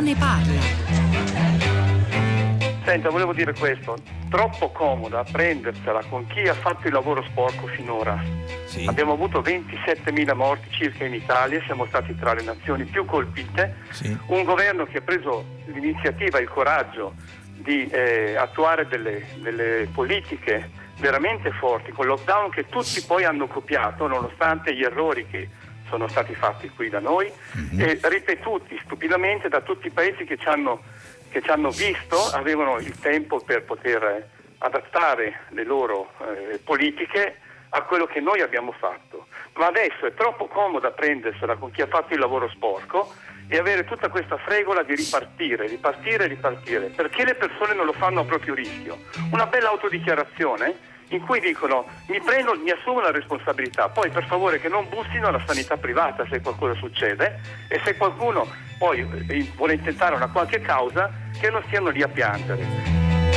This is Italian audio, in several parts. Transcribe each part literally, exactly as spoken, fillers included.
ne parla. Senta, volevo dire questo, troppo comoda prendersela con chi ha fatto il lavoro sporco finora. Sì. Abbiamo avuto ventisettemila morti circa in Italia, siamo stati tra le nazioni più colpite. Sì. Un governo che ha preso l'iniziativa, il coraggio di eh, attuare delle, delle politiche veramente forti, con il lockdown che tutti poi hanno copiato, nonostante gli errori che sono stati fatti qui da noi, mm-hmm. e ripetuti stupidamente da tutti i paesi che ci hanno, che ci hanno visto, avevano il tempo per poter adattare le loro eh, politiche a quello che noi abbiamo fatto. Ma adesso è troppo comoda prendersela con chi ha fatto il lavoro sporco e avere tutta questa fregola di ripartire, ripartire, ripartire. Perché le persone non lo fanno a proprio rischio? Una bella autodichiarazione in cui dicono mi prendo, mi assumo la responsabilità, poi per favore che non bussino alla sanità privata se qualcosa succede, e se qualcuno poi vuole intentare una qualche causa, che non stiano lì a piangere.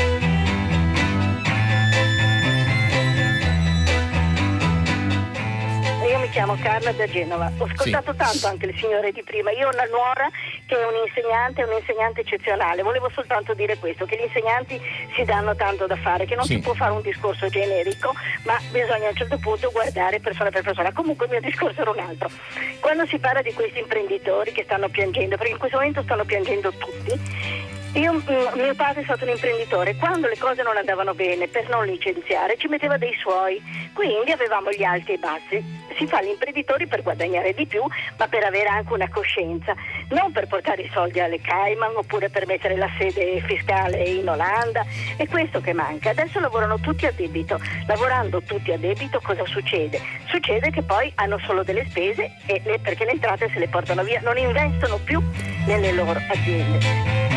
Io mi chiamo Carla da Genova, ho ascoltato sì. tanto anche le signore di prima. Io ho una nuora che è un insegnante, un insegnante eccezionale. Volevo soltanto dire questo, che gli insegnanti si danno tanto da fare, che non sì. si può fare un discorso generico, ma bisogna a un certo punto guardare persona per persona. Comunque il mio discorso era un altro. Quando si parla di questi imprenditori che stanno piangendo, perché in questo momento stanno piangendo tutti. Io, mio padre è stato un imprenditore, quando le cose non andavano bene, per non licenziare, ci metteva dei suoi, quindi avevamo gli alti e i bassi. Si fa l'imprenditore per guadagnare di più, ma per avere anche una coscienza, non per portare i soldi alle Cayman oppure per mettere la sede fiscale in Olanda. È questo che manca. Adesso lavorano tutti a debito. Lavorando tutti a debito cosa succede? Succede che poi hanno solo delle spese e le, perché le entrate se le portano via, non investono più nelle loro aziende.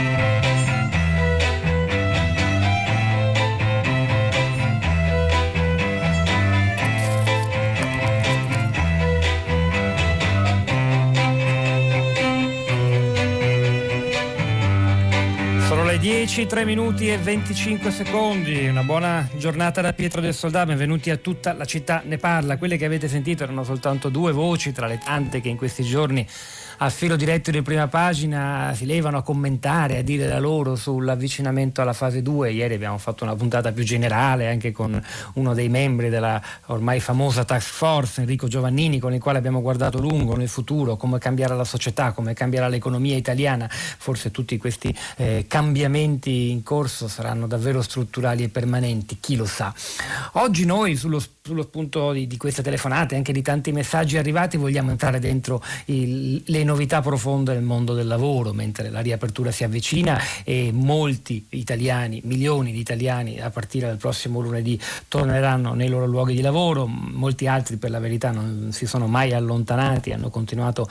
dieci, tre minuti e venticinque secondi. Una buona giornata da Pietro del Soldà, benvenuti a Tutta la città ne parla. Quelle che avete sentito erano soltanto due voci tra le tante che in questi giorni a filo diretto di Prima Pagina si levano a commentare, a dire la loro sull'avvicinamento alla fase due. Ieri abbiamo fatto una puntata più generale anche con uno dei membri della ormai famosa task force, Enrico Giovannini, con il quale abbiamo guardato lungo nel futuro come cambierà la società, come cambierà l'economia italiana. Forse tutti questi eh, cambiamenti in corso saranno davvero strutturali e permanenti, chi lo sa. Oggi noi sullo, sullo spunto di, di queste telefonate, anche di tanti messaggi arrivati, vogliamo entrare dentro il, le novità profonde nel mondo del lavoro, mentre la riapertura si avvicina e molti italiani, milioni di italiani a partire dal prossimo lunedì torneranno nei loro luoghi di lavoro. Molti altri per la verità non si sono mai allontanati, hanno continuato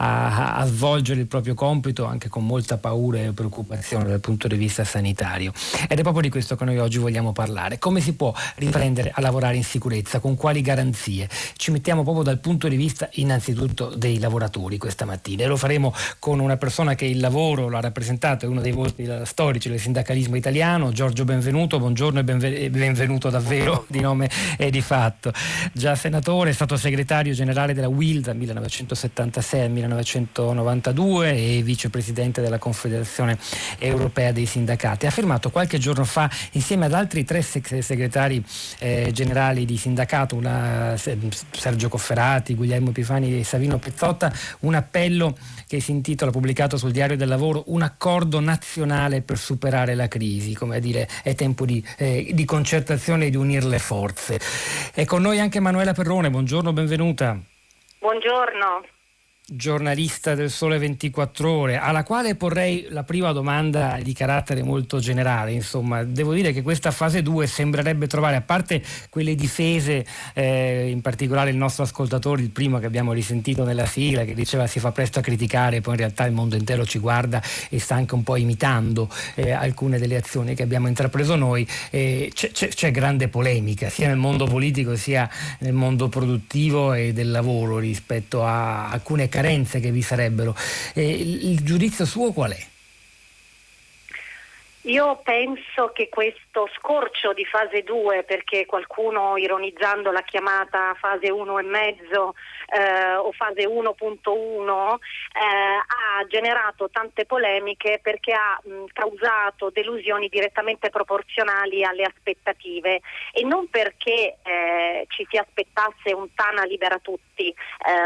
a, a svolgere il proprio compito anche con molta paura e preoccupazione dal punto di vista sanitario, ed è proprio di questo che noi oggi vogliamo parlare. Come si può riprendere a lavorare in sicurezza, con quali garanzie? Ci mettiamo proprio dal punto di vista innanzitutto dei lavoratori questa mattina, e lo faremo con una persona che il lavoro lo ha rappresentato, è uno dei volti storici del sindacalismo italiano. Giorgio Benvenuto, buongiorno e benve- benvenuto davvero di nome e di fatto. Già senatore, è stato segretario generale della U I L dal millenovecentosettantasei al millenovecentonovantadue e vicepresidente della Confederazione Europea dei Sindacati. Ha firmato qualche giorno fa insieme ad altri tre segretari eh, generali di sindacato, una, Sergio Cofferati, Guglielmo Epifani e Savino Pezzotta, un appello che si intitola, pubblicato sul Diario del Lavoro, un accordo nazionale per superare la crisi. Come a dire, è tempo di, eh, di concertazione e di unire le forze. È con noi anche Manuela Perrone, buongiorno, benvenuta. Buongiorno. Giornalista del Sole ventiquattro Ore, alla quale porrei la prima domanda di carattere molto generale. Insomma, devo dire che questa fase due sembrerebbe trovare, a parte quelle difese, eh, in particolare il nostro ascoltatore, il primo che abbiamo risentito nella sigla, che diceva si fa presto a criticare, poi in realtà il mondo intero ci guarda e sta anche un po' imitando eh, alcune delle azioni che abbiamo intrapreso noi. Eh, c'è, c'è, c'è grande polemica sia nel mondo politico sia nel mondo produttivo e del lavoro rispetto a alcune carenze che vi sarebbero. Eh, il giudizio suo qual è? Io penso che questo scorcio di fase due, perché qualcuno ironizzando l'ha chiamata fase uno e mezzo eh, o fase uno punto uno, eh, ha generato tante polemiche perché ha mh, causato delusioni direttamente proporzionali alle aspettative, e non perché eh, ci si aspettasse un Tana libera tutti, eh,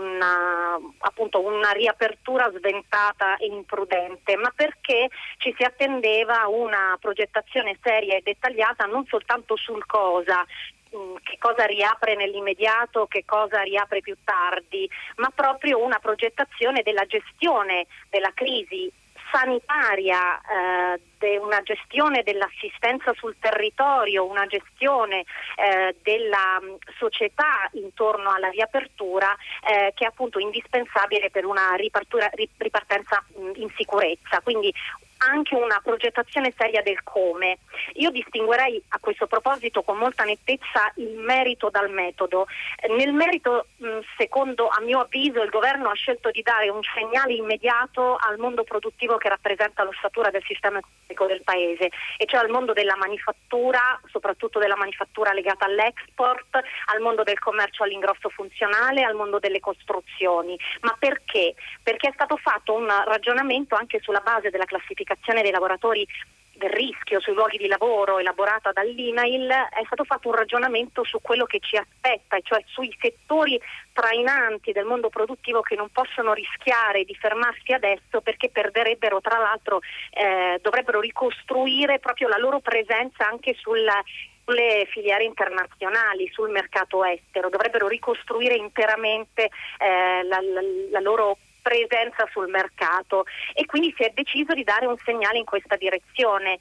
una, appunto una riapertura sventata e imprudente, ma perché ci si attendeva una progettazione seria e dettagliata non soltanto sul cosa, che cosa riapre nell'immediato, che cosa riapre più tardi, ma proprio una progettazione della gestione della crisi sanitaria, eh, de una gestione dell'assistenza sul territorio, una gestione eh, della mh, società intorno alla riapertura eh, che è appunto indispensabile per una ripartura, ripartenza mh, in sicurezza. Quindi anche una progettazione seria del come. Io distinguerei a questo proposito con molta nettezza il merito dal metodo. Nel merito, mh, secondo a mio avviso, il governo ha scelto di dare un segnale immediato al mondo produttivo che rappresenta l'ossatura del sistema economico del paese, e cioè al mondo della manifattura, soprattutto della manifattura legata all'export, al mondo del commercio all'ingrosso funzionale, al mondo delle costruzioni. Ma perché? Perché è stato fatto un ragionamento anche sulla base della classificazione dei lavoratori del rischio sui luoghi di lavoro elaborata dall'I N A I L. È stato fatto un ragionamento su quello che ci aspetta, e cioè sui settori trainanti del mondo produttivo che non possono rischiare di fermarsi adesso, perché perderebbero, tra l'altro eh, dovrebbero ricostruire proprio la loro presenza anche sulla sulle filiere internazionali, sul mercato estero, dovrebbero ricostruire interamente eh, la, la, la loro presenza sul mercato, e quindi si è deciso di dare un segnale in questa direzione,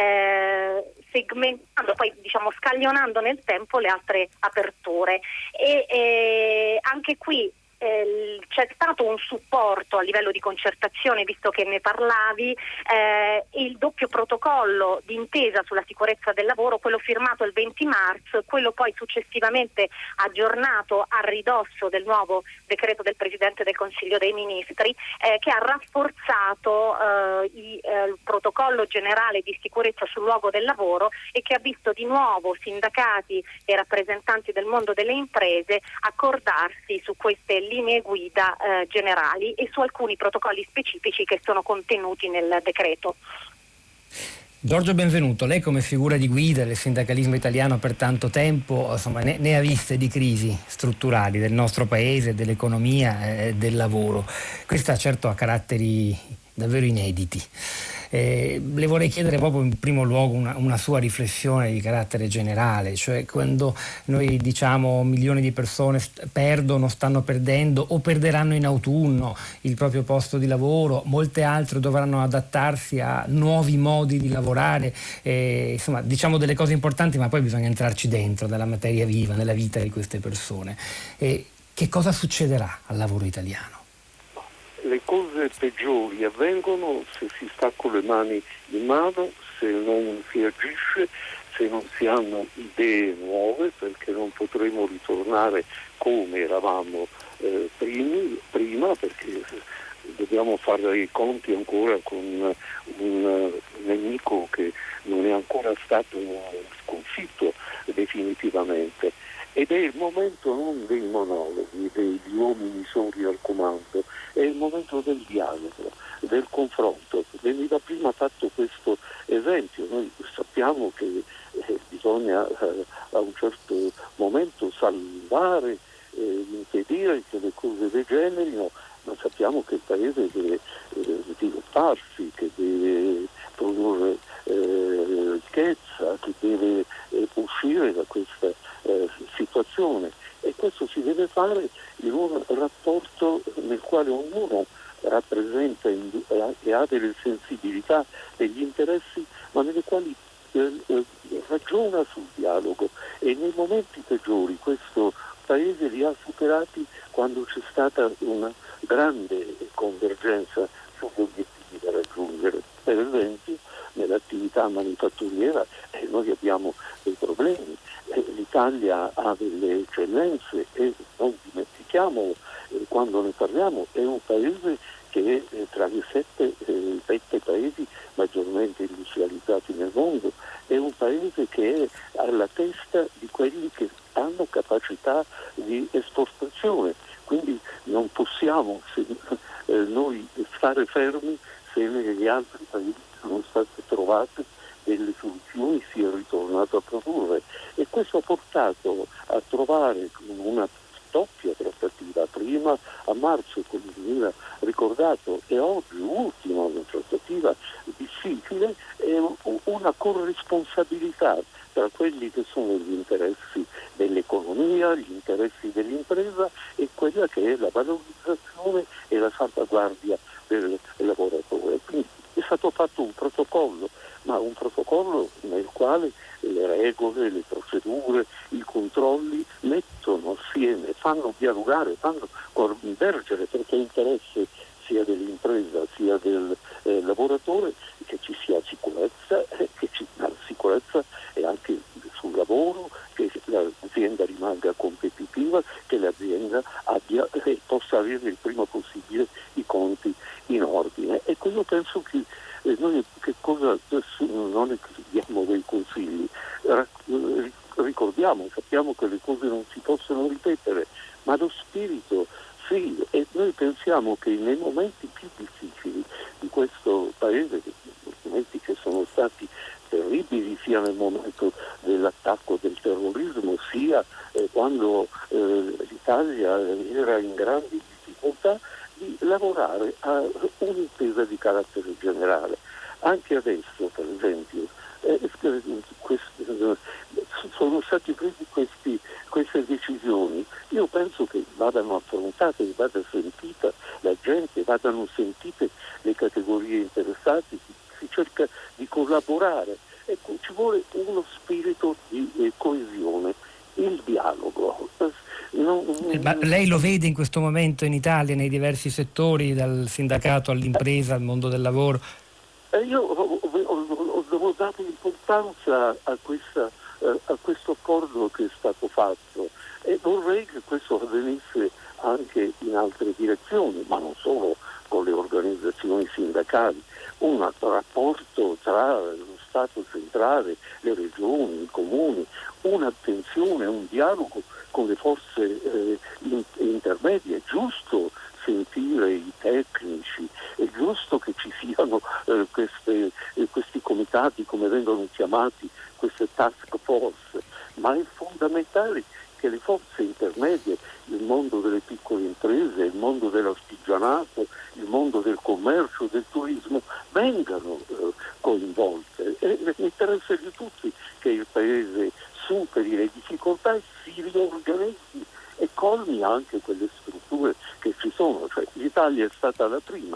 eh, segmentando, poi diciamo scaglionando nel tempo le altre aperture, e eh, anche qui eh, c'è stato un supporto a livello di concertazione, visto che ne parlavi, eh, il doppio protocollo d'intesa sulla sicurezza del lavoro, quello firmato il venti marzo, quello poi successivamente aggiornato a ridosso del nuovo decreto del Presidente del Consiglio dei Ministri, eh, che ha rafforzato eh, i, eh, il protocollo generale di sicurezza sul luogo del lavoro, e che ha visto di nuovo sindacati e rappresentanti del mondo delle imprese accordarsi su queste linee guida eh, generali e su alcuni protocolli specifici che sono contenuti nel decreto. Giorgio Benvenuto, lei come figura di guida del sindacalismo italiano per tanto tempo, insomma, ne, ne ha viste di crisi strutturali del nostro paese, dell'economia e eh, del lavoro. Questa certo ha caratteri davvero inediti. Eh, le vorrei chiedere proprio in primo luogo una, una sua riflessione di carattere generale, cioè quando noi diciamo milioni di persone st- perdono, stanno perdendo o perderanno in autunno il proprio posto di lavoro, molte altre dovranno adattarsi a nuovi modi di lavorare, eh, insomma diciamo delle cose importanti, ma poi bisogna entrarci dentro nella materia viva, nella vita di queste persone. Eh, che cosa succederà al lavoro italiano? Le cose peggiori avvengono se si sta con le mani in mano, se non si agisce, se non si hanno idee nuove, perché non potremo ritornare come eravamo eh, primi, prima, perché dobbiamo fare i conti ancora con un nemico che non è ancora stato sconfitto definitivamente. Ed è il momento non dei monologhi, degli uomini soli al comando, è il momento del dialogo, del confronto. Veniva prima fatto questo esempio, noi sappiamo che eh, bisogna eh, a un certo momento salvare, eh, impedire che le cose degenerino, ma sappiamo che il paese deve eh, svilupparsi, che deve produrre eh, ricchezza, che deve eh, uscire da questa Eh, situazione, e questo si deve fare in un rapporto nel quale ognuno rappresenta e ha delle sensibilità, degli interessi, ma nelle quali eh, eh, ragiona sul dialogo, e nei momenti peggiori questo paese li ha superati quando c'è stata una grande convergenza sugli obiettivi da raggiungere. Per esempio nell'attività manifatturiera eh, noi abbiamo dei problemi. L'Italia ha delle eccellenze, e non dimentichiamo, eh, quando ne parliamo, è un paese che eh, tra le sette eh, sette paesi maggiormente industrializzati nel mondo, è un paese che è alla testa di quelli che hanno capacità di esportazione, quindi non possiamo se, eh, noi stare fermi se negli altri paesi sono state trovate delle soluzioni, si è ritornato a produrre, e questo ha portato a trovare una doppia trattativa, prima a marzo, come veniva ricordato, e oggi ultima una trattativa difficile, e una corresponsabilità tra quelli che sono gli interessi dell'economia, gli interessi dell'impresa e quella che è la valorizzazione e la salvaguardia del lavoratore. Quindi è stato fatto un protocollo, ma un protocollo nel quale le regole, le procedure, i controlli mettono assieme, fanno dialogare, fanno convergere, perché è interesse sia dell'impresa sia del eh, lavoratore che ci sia sicurezza, eh, che ci sia sicurezza e anche sul lavoro, che l'azienda rimanga competitiva, che l'azienda abbia, eh, possa avere il prima possibile i conti in ordine. Ecco, io penso che eh, noi che cosa non è che diamo dei consigli, ricordiamo, sappiamo che le cose non si possono ripetere, ma lo spirito sì, e noi pensiamo che nei momenti più difficili di questo paese, momenti che sono stati terribili sia nel momento dell'attacco del terrorismo, sia eh, quando eh, l'Italia era in grandi difficoltà, di lavorare a un'intesa di carattere generale. Anche adesso, per esempio, eh, questi, sono stati presi questi, queste decisioni. Io penso che vadano affrontate, che vada sentita la gente, vadano sentite le categorie interessate, si cerca di collaborare. Ecco, ci vuole uno spirito di eh, coesione, il dialogo. Non, Ma lei lo vede in questo momento in Italia, nei diversi settori, dal sindacato all'impresa, al mondo del lavoro? Eh, io ho, ho, ho, ho dato importanza a, questa, eh, a questo accordo che è stato fatto, e vorrei che questo avvenisse anche in altre direzioni, ma non solo con le organizzazioni sindacali. Un rapporto tra lo Stato centrale, le regioni, i comuni, un'attenzione, un dialogo con le forze eh, in, intermedie. È giusto sentire i tecnici, è giusto che ci siano eh, queste, eh, questi comitati, come vengono chiamati, queste task force, ma è fondamentale che le forze intermedie, il mondo delle piccole imprese, il mondo dell'artigianato, il mondo del commercio, del turismo, vengano eh, coinvolte. È l'interesse di tutti che il Paese superi le difficoltà e si riorganizzi e colmi anche quelle strutture che ci sono. Cioè, l'Italia è stata la prima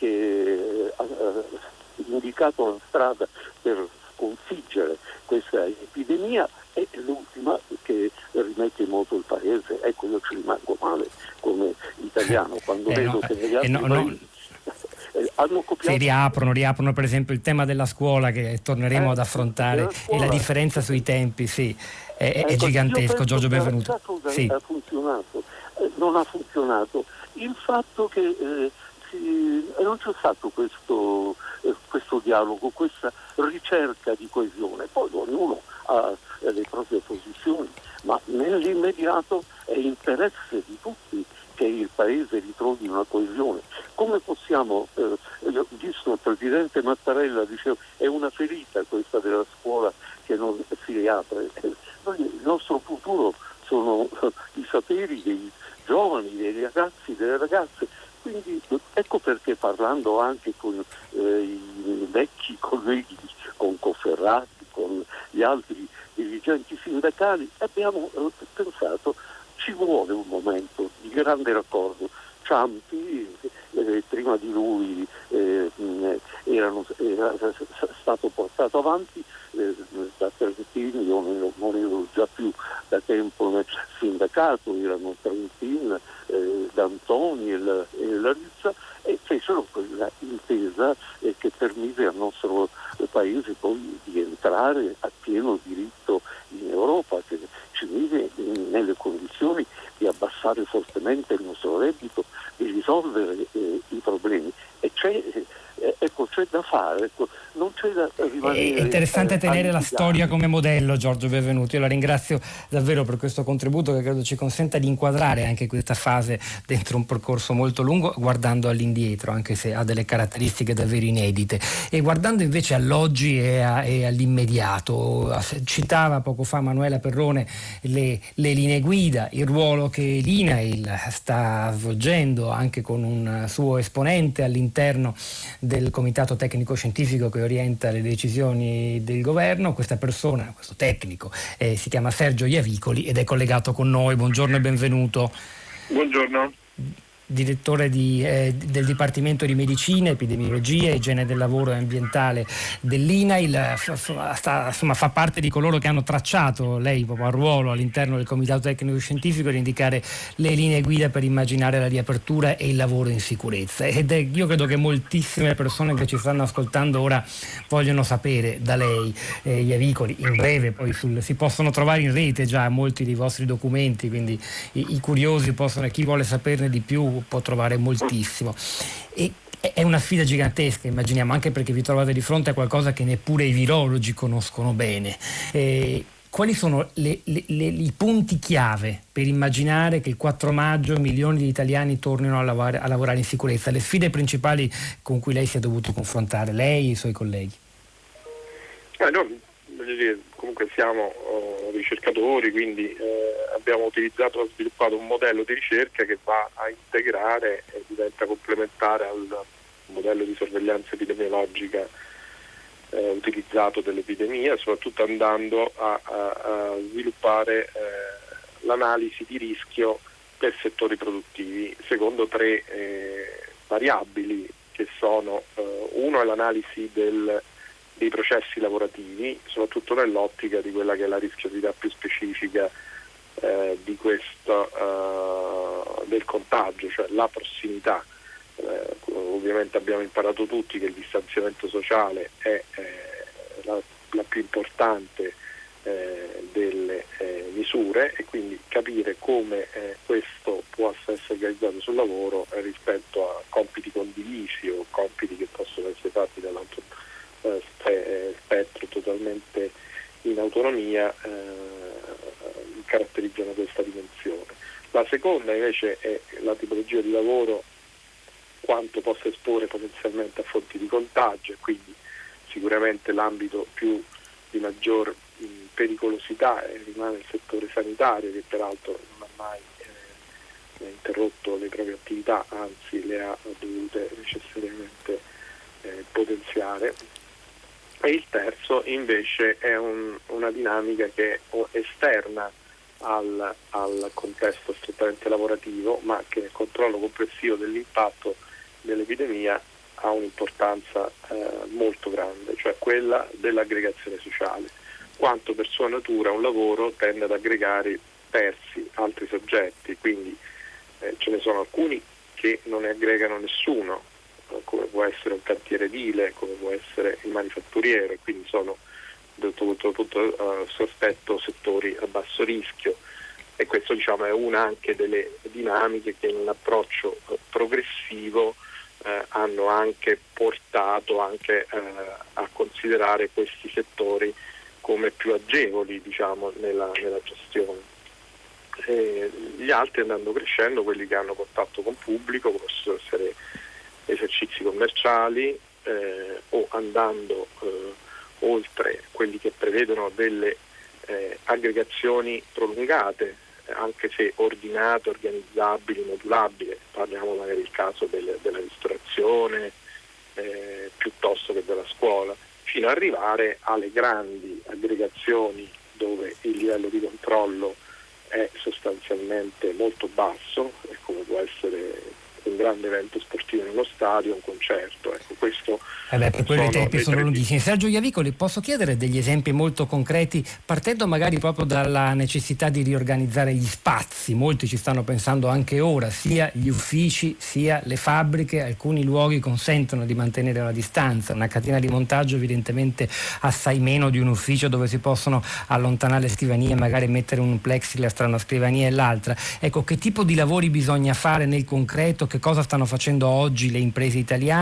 che ha indicato la strada per sconfiggere questa epidemia, e l'ultima che rimette in moto il Paese. Ecco, io ci rimango male come italiano quando eh vedo no, che negli altri eh no, paesi no. hanno copiato. Si riaprono, riaprono per esempio il tema della scuola, che torneremo eh, ad affrontare, e la differenza sui tempi, sì, è, è ecco, gigantesco. Giorgio Benvenuto. Cosa sì. ha funzionato? Eh, non ha funzionato il fatto che eh, si, eh, non c'è stato questo, eh, questo dialogo, questa ricerca di coesione. Poi ognuno ha le proprie posizioni, ma nell'immediato è interesse di tutti che il Paese ritrovi una coesione. Come possiamo, eh, io ho visto il Presidente Mattarella, diceva, è una ferita questa della scuola che non si riapre. Noi, il nostro futuro sono i saperi dei giovani, dei ragazzi, delle ragazze. Quindi ecco perché, parlando anche con eh, i vecchi colleghi, con Cofferati, con gli altri dirigenti sindacali, abbiamo eh, pensato ci vuole un momento di grande raccordo. Ciampi, eh, prima di lui eh, erano, era stato portato avanti eh, da Trentini, io non, non ero già più da tempo nel sindacato, erano Trentin, eh, D'Antoni e la, e la Rizza, e fecero quella intesa eh, che permise al nostro Paese poi di entrare a pieno diritto in Europa, che ci mise nelle condizioni di abbassare fortemente il nostro reddito, di risolvere eh, i problemi. E c'è Eh, ecco, c'è da fare, ecco, non c'è da rimanere. È interessante eh, tenere la storia come modello, Giorgio Benvenuti. Io la ringrazio davvero per questo contributo che credo ci consenta di inquadrare anche questa fase dentro un percorso molto lungo, guardando all'indietro, anche se ha delle caratteristiche davvero inedite. E guardando invece all'oggi e, a, e all'immediato, citava poco fa Manuela Perrone le, le linee guida, il ruolo che l'I N A I L sta svolgendo anche con un suo esponente all'interno del comitato tecnico scientifico che orienta le decisioni del governo. Questa persona, questo tecnico, eh, si chiama Sergio Iavicoli ed è collegato con noi. Buongiorno e benvenuto. Buongiorno. Direttore di, eh, del Dipartimento di Medicina, Epidemiologia, Igiene del Lavoro e Ambientale dell'I N A I L, fa, sta, insomma, fa parte di coloro che hanno tracciato, lei proprio a ruolo all'interno del Comitato Tecnico Scientifico, di indicare le linee guida per immaginare la riapertura e il lavoro in sicurezza. Ed è, io credo che moltissime persone che ci stanno ascoltando ora vogliono sapere da lei, eh, Iavicoli, in breve, poi sul, si possono trovare in rete già molti dei vostri documenti, quindi i, i curiosi possono, chi vuole saperne di più può trovare moltissimo. E è una sfida gigantesca, immaginiamo, anche perché vi trovate di fronte a qualcosa che neppure i virologi conoscono bene. E quali sono le, le, le, i punti chiave per immaginare che il quattro maggio milioni di italiani tornino a lavorare, a lavorare in sicurezza? Le sfide principali con cui lei si è dovuto confrontare, lei e i suoi colleghi? Eh, no, voglio dire, comunque siamo oh, ricercatori, quindi eh, abbiamo utilizzato e sviluppato un modello di ricerca che va a integrare e diventa complementare al modello di sorveglianza epidemiologica eh, utilizzato dell'epidemia, soprattutto andando a, a, a sviluppare eh, l'analisi di rischio per settori produttivi secondo tre eh, variabili che sono eh, uno è l'analisi del dei processi lavorativi, soprattutto nell'ottica di quella che è la rischiosità più specifica eh, di questo uh, del contagio, cioè la prossimità. Eh, ovviamente abbiamo imparato tutti che il distanziamento sociale è eh, la, la più importante eh, delle eh, misure, e quindi capire come eh, questo possa essere organizzato sul lavoro eh, rispetto a compiti condivisi o compiti che possono essere fatti dall'altro spettro totalmente in autonomia, eh, caratterizzano questa dimensione. La seconda invece è la tipologia di lavoro, quanto possa esporre potenzialmente a fonti di contagio, e quindi sicuramente l'ambito più di maggior mh, pericolosità eh, rimane il settore sanitario, che peraltro non ha mai eh, interrotto le proprie attività, anzi le ha dovute necessariamente eh, potenziare. E il terzo invece è un, una dinamica che è esterna al, al contesto strettamente lavorativo, ma che nel controllo complessivo dell'impatto dell'epidemia ha un'importanza eh, molto grande, cioè quella dell'aggregazione sociale. Quanto per sua natura un lavoro tende ad aggregare terzi, altri soggetti, quindi eh, ce ne sono alcuni che non ne aggregano nessuno, come può essere un cantiere edile, come può essere il manifatturiero, e quindi sono sotto questo punto uh, sospetto settori a basso rischio, e questo diciamo è una anche delle dinamiche che in un approccio uh, progressivo uh, hanno anche portato anche uh, a considerare questi settori come più agevoli, diciamo, nella, nella gestione. E gli altri, andando crescendo, quelli che hanno contatto con pubblico, come possono essere esercizi commerciali eh, o andando eh, oltre quelli che prevedono delle eh, aggregazioni prolungate, anche se ordinate, organizzabili, modulabili. Parliamo magari del caso delle, della ristorazione eh, piuttosto che della scuola, fino ad arrivare alle grandi aggregazioni dove il livello di controllo è sostanzialmente molto basso, e come può essere un grande evento sportivo in uno stadio, un concerto. Ecco, questo eh beh, per quelli i tempi sono tre... lunghissimi. Sergio Iavicoli, posso chiedere degli esempi molto concreti, partendo magari proprio dalla necessità di riorganizzare gli spazi? Molti ci stanno pensando anche ora, sia gli uffici sia le fabbriche. Alcuni luoghi consentono di mantenere una distanza, una catena di montaggio evidentemente assai meno di un ufficio dove si possono allontanare le scrivanie e magari mettere un plexiglass tra una scrivania e l'altra. Ecco, che tipo di lavori bisogna fare nel concreto? Che cosa stanno facendo oggi le imprese italiane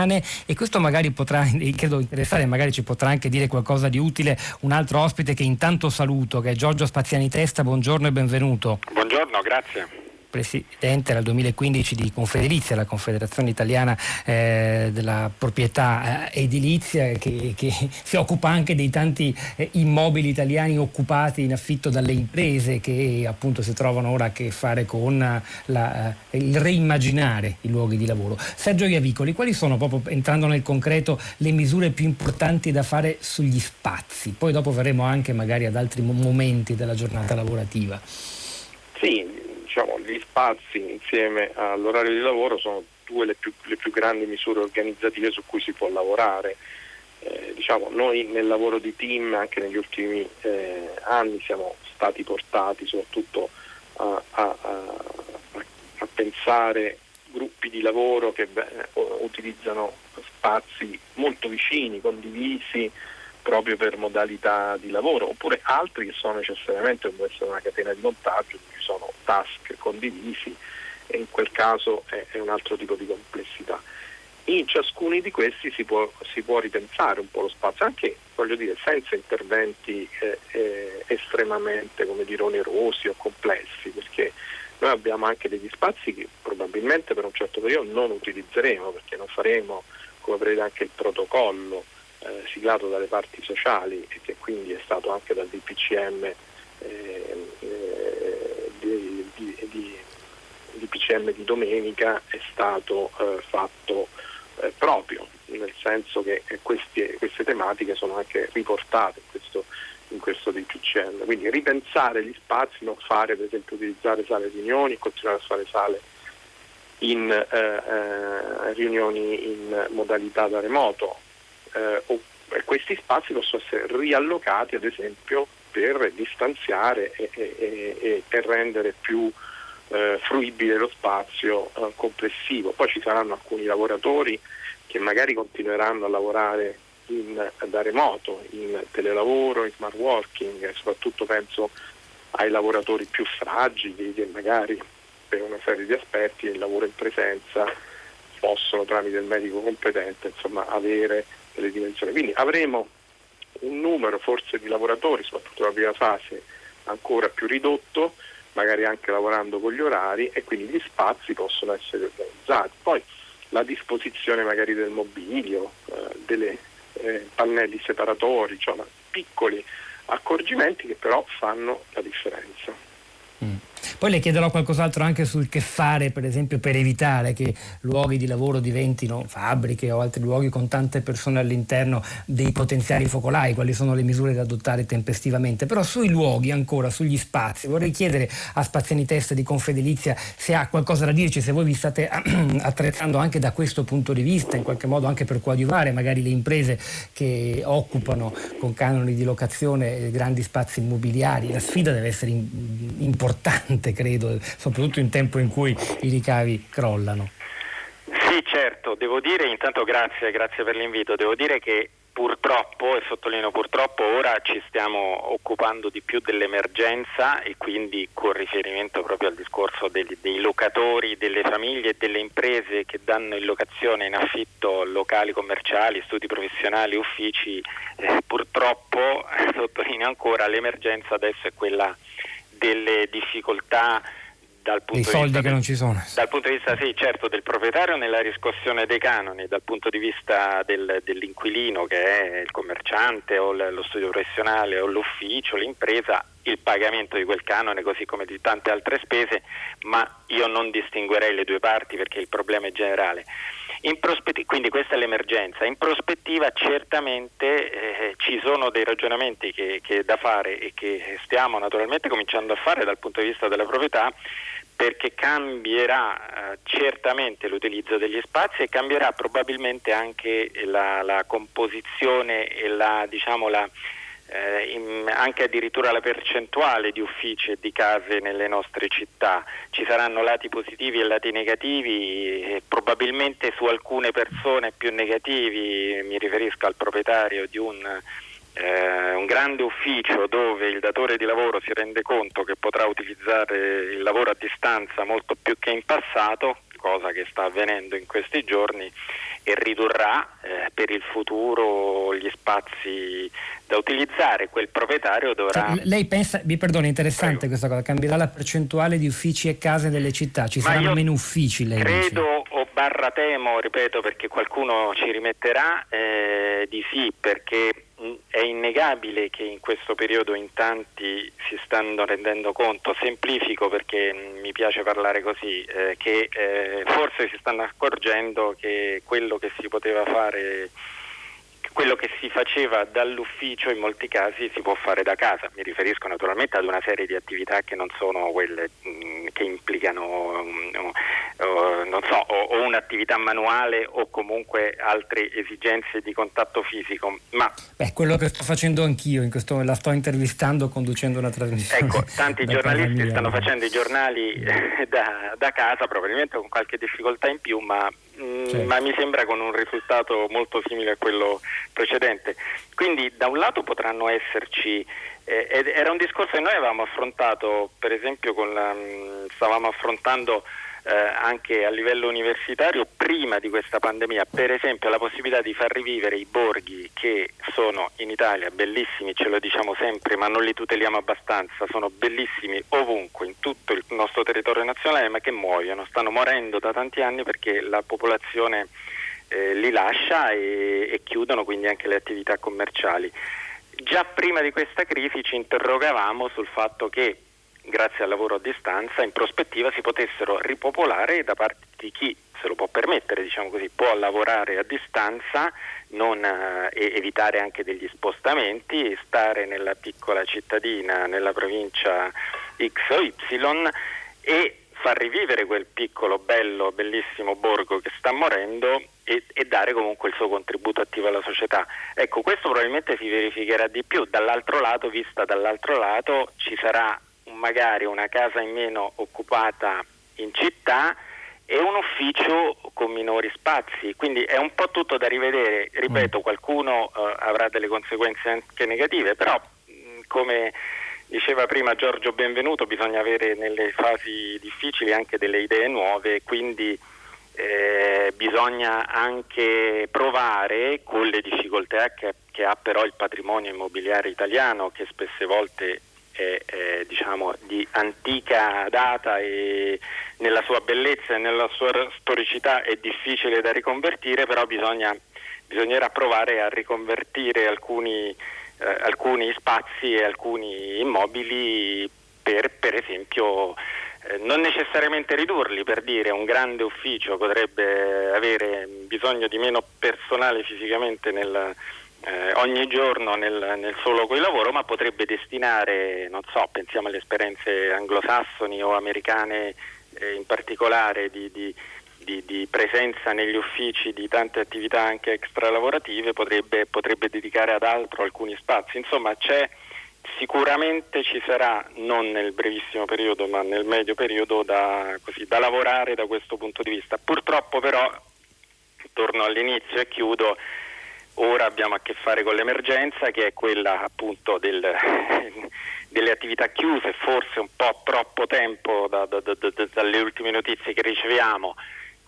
E questo magari potrà, credo interessare, magari ci potrà anche dire qualcosa di utile un altro ospite che intanto saluto, che è Giorgio Spaziani Testa. Buongiorno e benvenuto. Buongiorno, grazie. Presidente dal duemilaquindici di Confedilizia, la Confederazione Italiana eh, della Proprietà eh, Edilizia, che, che si occupa anche dei tanti eh, immobili italiani occupati in affitto dalle imprese che appunto si trovano ora a che fare con la, eh, il reimmaginare i luoghi di lavoro. Sergio Iavicoli, quali sono, proprio entrando nel concreto, le misure più importanti da fare sugli spazi? Poi dopo verremo anche magari ad altri momenti della giornata lavorativa. Sì, diciamo, gli spazi insieme all'orario di lavoro sono due le più, le più grandi misure organizzative su cui si può lavorare. Eh, diciamo, noi nel lavoro di team anche negli ultimi eh, anni siamo stati portati soprattutto a, a, a, a pensare gruppi di lavoro che beh, utilizzano spazi molto vicini, condivisi, proprio per modalità di lavoro, oppure altri che sono necessariamente, può essere una catena di montaggio, ci sono task condivisi e in quel caso è, è un altro tipo di complessità. In ciascuno di questi si può, si può ripensare un po' lo spazio, anche voglio dire senza interventi eh, eh, estremamente, come dire, onerosi o complessi, perché noi abbiamo anche degli spazi che probabilmente per un certo periodo non utilizzeremo, perché non faremo, come prevede anche il protocollo Eh, siglato dalle parti sociali e che quindi è stato anche dal D P C M eh, eh, di, di, di, D P C M di domenica è stato eh, fatto eh, proprio, nel senso che questi, queste tematiche sono anche riportate in questo, in questo D P C M, quindi ripensare gli spazi, non fare per esempio utilizzare sale riunioni, continuare a fare sale in eh, eh, riunioni in modalità da remoto. Eh, o, questi spazi possono essere riallocati ad esempio per distanziare e, e, e, e rendere più eh, fruibile lo spazio eh, complessivo. Poi ci saranno alcuni lavoratori che magari continueranno a lavorare in, da remoto, in telelavoro, in smart working, soprattutto penso ai lavoratori più fragili che magari per una serie di aspetti il lavoro in presenza possono tramite il medico competente insomma avere delle dimensioni. Quindi avremo un numero forse di lavoratori, soprattutto nella prima fase, ancora più ridotto, magari anche lavorando con gli orari, e quindi gli spazi possono essere organizzati. Poi la disposizione magari del mobilio, eh, delle eh, pannelli separatori, cioè piccoli accorgimenti che però fanno la differenza. Mm. Poi le chiederò qualcos'altro anche sul che fare, per esempio, per evitare che luoghi di lavoro diventino fabbriche o altri luoghi con tante persone all'interno dei potenziali focolai, quali sono le misure da adottare tempestivamente. Però sui luoghi ancora, sugli spazi, vorrei chiedere a Spaziani Testa di Confedilizia se ha qualcosa da dirci, se voi vi state attrezzando anche da questo punto di vista, in qualche modo anche per coadiuvare magari le imprese che occupano con canoni di locazione grandi spazi immobiliari. La sfida deve essere in, importante, credo, soprattutto in tempo in cui i ricavi crollano. Sì, certo, devo dire, intanto grazie, grazie per l'invito, devo dire che purtroppo, e sottolineo purtroppo, ora ci stiamo occupando di più dell'emergenza e quindi con riferimento proprio al discorso dei, dei locatori, delle famiglie e delle imprese che danno in locazione, in affitto locali commerciali, studi professionali, uffici, eh, purtroppo, eh, sottolineo ancora, l'emergenza adesso è quella delle difficoltà dal punto di vista che non ci sono. Dal punto di vista sì, certo, del proprietario nella riscossione dei canoni, dal punto di vista del, dell'inquilino che è il commerciante o lo studio professionale o l'ufficio, l'impresa, il pagamento di quel canone così come di tante altre spese, ma io non distinguerei le due parti perché il problema è generale. In prospettiva, quindi questa è l'emergenza. In prospettiva certamente eh, ci sono dei ragionamenti che, che da fare e che stiamo naturalmente cominciando a fare dal punto di vista della proprietà, perché cambierà eh, certamente l'utilizzo degli spazi e cambierà probabilmente anche la, la composizione e la, diciamo, la Eh, in, anche addirittura la percentuale di uffici e di case nelle nostre città. Ci saranno lati positivi e lati negativi, e probabilmente su alcune persone più negativi, mi riferisco al proprietario di un, eh, un grande ufficio dove il datore di lavoro si rende conto che potrà utilizzare il lavoro a distanza molto più che in passato, cosa che sta avvenendo in questi giorni, e ridurrà eh, per il futuro gli spazi da utilizzare. Quel proprietario dovrà... Cioè, lei pensa, mi perdoni, interessante Prego. questa cosa, cambierà la percentuale di uffici e case nelle città, ci Ma saranno io meno uffici, lei credo dice? o barra temo, ripeto, perché qualcuno ci rimetterà, eh, di sì, perché mh, è innegabile che in questo periodo in tanti si stanno rendendo conto, semplifico perché mh, mi piace parlare così, eh, che eh, forse si stanno accorgendo che quello che si poteva fare, quello che si faceva dall'ufficio in molti casi si può fare da casa. Mi riferisco naturalmente ad una serie di attività che non sono quelle mh, che implicano mh, uh, non so, o, o un'attività manuale o comunque altre esigenze di contatto fisico. Ma Beh, quello che sto facendo anch'io, in questo la sto intervistando conducendo una trasmissione. ecco, tanti da giornalisti casa mia. stanno facendo i giornali eh, da, da casa, probabilmente con qualche difficoltà in più, ma mh, Certo. ma mi sembra con un risultato molto simile a quello precedente. Quindi da un lato potranno esserci, eh, ed era un discorso che noi avevamo affrontato, per esempio con la, mh, stavamo affrontando eh, anche a livello universitario prima di questa pandemia, per esempio la possibilità di far rivivere i borghi che sono in Italia bellissimi, ce lo diciamo sempre, ma non li tuteliamo abbastanza, sono bellissimi ovunque, in tutto il nostro territorio nazionale, ma che muoiono, stanno morendo da tanti anni perché la popolazione eh, li lascia e, e chiudono quindi anche le attività commerciali. Già prima di questa crisi ci interrogavamo sul fatto che grazie al lavoro a distanza in prospettiva si potessero ripopolare da parte di chi se lo può permettere, diciamo così, può lavorare a distanza, non eh, evitare anche degli spostamenti, stare nella piccola cittadina, nella provincia X o Y e far rivivere quel piccolo, bello, bellissimo borgo che sta morendo e, e dare comunque il suo contributo attivo alla società. Ecco, questo probabilmente si verificherà di più. Dall'altro lato, vista dall'altro lato, ci sarà magari una casa in meno occupata in città e un ufficio con minori spazi, quindi è un po' tutto da rivedere. Ripeto, qualcuno eh, avrà delle conseguenze anche negative, però mh, come diceva prima Giorgio Benvenuto, bisogna avere nelle fasi difficili anche delle idee nuove, quindi eh, bisogna anche provare con le difficoltà che, che ha però il patrimonio immobiliare italiano, che spesse volte è, è diciamo di antica data e nella sua bellezza e nella sua storicità è difficile da riconvertire, però bisogna, bisognerà provare a riconvertire alcuni, eh, alcuni spazi e alcuni immobili per, per esempio eh, non necessariamente ridurli, per dire un grande ufficio potrebbe avere bisogno di meno personale fisicamente nel Eh, ogni giorno nel, nel suo luogo di lavoro, ma potrebbe destinare, non so, pensiamo alle esperienze anglosassoni o americane eh, in particolare di, di, di, di presenza negli uffici di tante attività anche extralavorative, potrebbe, potrebbe dedicare ad altro alcuni spazi. Insomma, c'è sicuramente ci sarà, non nel brevissimo periodo ma nel medio periodo, da, così, da lavorare da questo punto di vista. Purtroppo però, torno all'inizio e chiudo, ora abbiamo a che fare con l'emergenza, che è quella appunto del, delle attività chiuse, forse un po' troppo tempo da, da, da, da, dalle ultime notizie che riceviamo,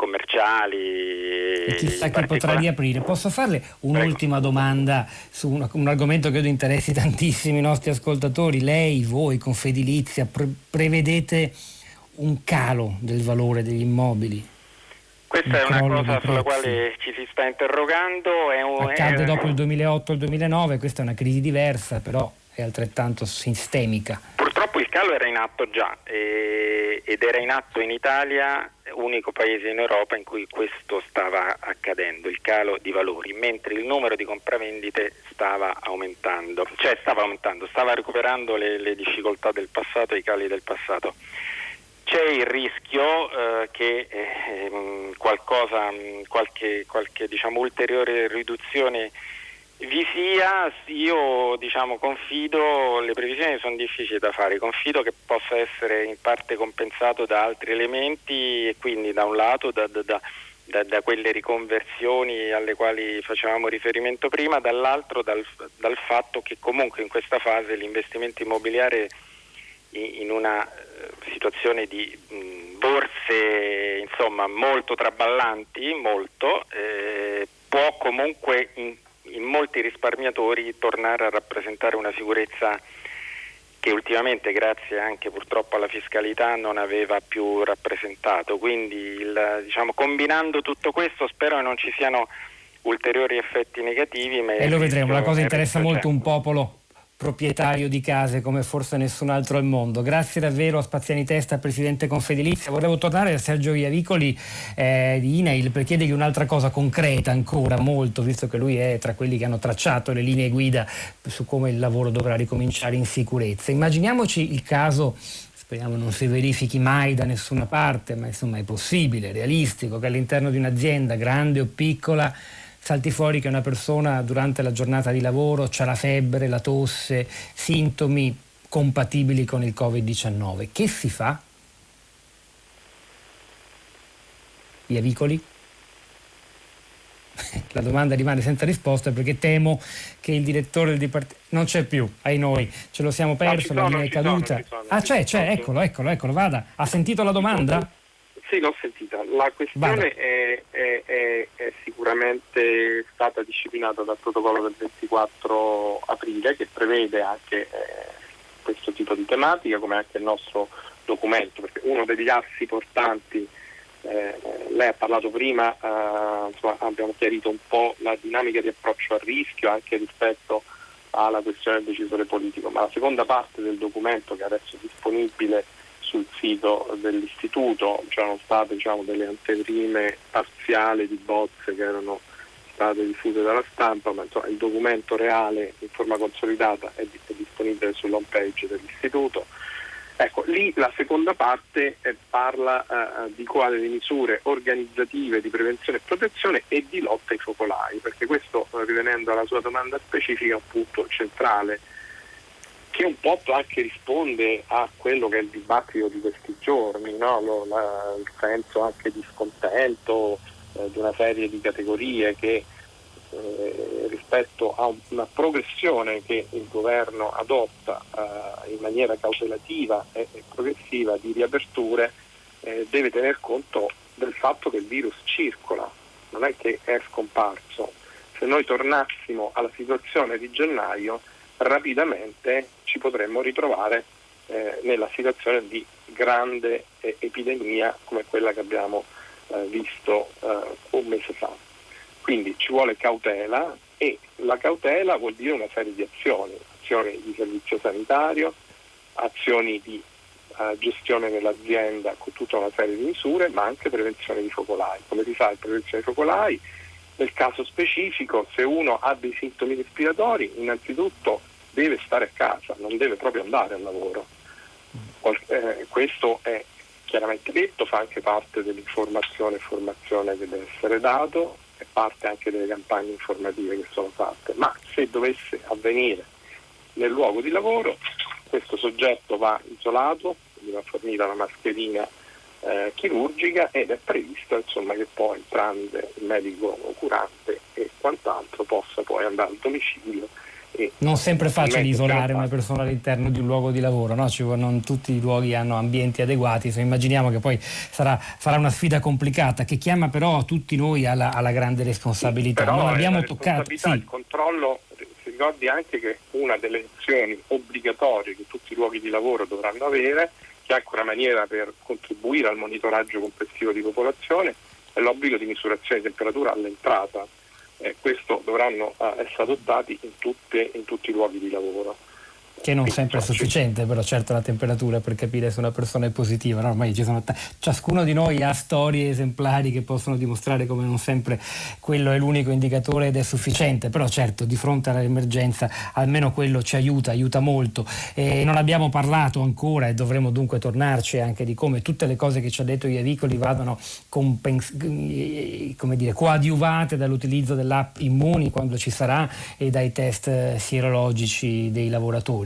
commerciali. E chissà che potrà riaprire. Posso farle un'ultima Prego. domanda su un, un argomento che credo interessi tantissimi i nostri ascoltatori? Lei, voi, Confedilizia, pre- prevedete un calo del valore degli immobili? Questa è una cosa sulla quale ci si sta interrogando. È un, Accade è... dopo il duemilaotto e il duemilanove, questa è una crisi diversa, però è altrettanto sistemica. Purtroppo il calo era in atto già e, ed era in atto in Italia, unico paese in Europa in cui questo stava accadendo, il calo di valori, mentre il numero di compravendite stava aumentando, cioè stava aumentando, stava recuperando le, le difficoltà del passato, i cali del passato. C'è il rischio eh, che eh, qualcosa, qualche, qualche diciamo, ulteriore riduzione vi sia. Io diciamo confido, le previsioni sono difficili da fare, confido che possa essere in parte compensato da altri elementi e quindi da un lato da, da, da, da, da quelle riconversioni alle quali facevamo riferimento prima, dall'altro dal, dal fatto che comunque in questa fase l'investimento immobiliare in una situazioni di mh, borse insomma molto traballanti, molto, eh, può comunque in, in molti risparmiatori tornare a rappresentare una sicurezza che ultimamente, grazie anche purtroppo alla fiscalità, non aveva più rappresentato. Quindi il, diciamo, combinando tutto questo, spero che non ci siano ulteriori effetti negativi. Ma e lo vedremo. La cosa interessa molto c'è. un popolo proprietario di case come forse nessun altro al mondo. Grazie davvero a Spaziani Testa, presidente Confedilizia. Volevo tornare a Sergio Iavicoli eh, di INAIL per chiedergli un'altra cosa concreta ancora, molto, visto che lui è tra quelli che hanno tracciato le linee guida su come il lavoro dovrà ricominciare in sicurezza. Immaginiamoci il caso, speriamo non si verifichi mai da nessuna parte, ma insomma è possibile, realistico, che all'interno di un'azienda grande o piccola salti fuori che una persona durante la giornata di lavoro c'ha la febbre, la tosse, sintomi compatibili con il covid diciannove. Che si fa? Iavicoli? La domanda rimane senza risposta perché temo che il direttore del dipartimento non c'è più, ai noi, ce lo siamo perso, no, la sono, linea è caduta. Sono, sono, ah c'è, c'è, eccolo, eccolo, eccolo, vada. Ha sentito la domanda? Sì, l'ho sentita. La questione è, è, è, è sicuramente stata disciplinata dal protocollo del ventiquattro aprile, che prevede anche eh, questo tipo di tematica, come anche il nostro documento, perché uno degli assi portanti, eh, lei ha parlato prima, eh, insomma, abbiamo chiarito un po' la dinamica di approccio al rischio anche rispetto alla questione del decisore politico, ma la seconda parte del documento, che adesso è disponibile sul sito dell'istituto, c'erano state diciamo, delle anteprime parziali di bozze che erano state diffuse dalla stampa, ma insomma, il documento reale in forma consolidata è, è disponibile sull'home page dell'istituto. Ecco, lì la seconda parte eh, parla eh, di quali misure organizzative di prevenzione e protezione e di lotta ai focolai, perché questo, rivenendo alla sua domanda specifica, è un punto centrale, che un po' anche risponde a quello che è il dibattito di questi giorni, no? Lo, la, il senso anche di scontento eh, di una serie di categorie che eh, rispetto a una progressione che il governo adotta eh, in maniera cautelativa e, e progressiva di riaperture eh, deve tener conto del fatto che il virus circola, non è che è scomparso. Se noi tornassimo alla situazione di gennaio, rapidamente ci potremmo ritrovare eh, nella situazione di grande eh, epidemia come quella che abbiamo eh, visto eh, un mese fa. Quindi ci vuole cautela, e la cautela vuol dire una serie di azioni, azioni di servizio sanitario, azioni di eh, gestione dell'azienda con tutta una serie di misure, ma anche prevenzione di focolai. Come si sa, prevenzione di focolai, nel caso specifico, se uno ha dei sintomi respiratori, innanzitutto deve stare a casa, non deve proprio andare al lavoro. Eh, questo è chiaramente detto, fa anche parte dell'informazione e formazione che deve essere dato, è parte anche delle campagne informative che sono fatte, ma se dovesse avvenire nel luogo di lavoro, questo soggetto va isolato, gli va fornita una mascherina Eh, chirurgica, ed è previsto insomma che poi tramite il medico curante e quant'altro possa poi andare al domicilio. E non sempre è facile isolare una persona all'interno di un luogo di lavoro, no? Ci, non tutti i luoghi hanno ambienti adeguati, se immaginiamo che poi sarà, sarà una sfida complicata che chiama però tutti noi alla, alla grande responsabilità. Sì, non abbiamo la toccato sì. Il controllo, si ricordi anche che una delle azioni obbligatorie che tutti i luoghi di lavoro dovranno avere, che è anche una maniera per contribuire al monitoraggio complessivo di popolazione, è l'obbligo di misurazione di temperatura all'entrata. Eh, questo dovranno eh, essere adottati in, tutte, in tutti i luoghi di lavoro. Che non sempre è sufficiente, però certo la temperatura per capire se una persona è positiva, no? Ormai ci sono t- ciascuno di noi ha storie esemplari che possono dimostrare come non sempre quello è l'unico indicatore ed è sufficiente, però certo di fronte all'emergenza almeno quello ci aiuta, aiuta molto. E non abbiamo parlato ancora, e dovremo dunque tornarci, anche di come tutte le cose che ci ha detto Iavicoli vadano compens- come dire, coadiuvate dall'utilizzo dell'app Immuni quando ci sarà e dai test sierologici dei lavoratori.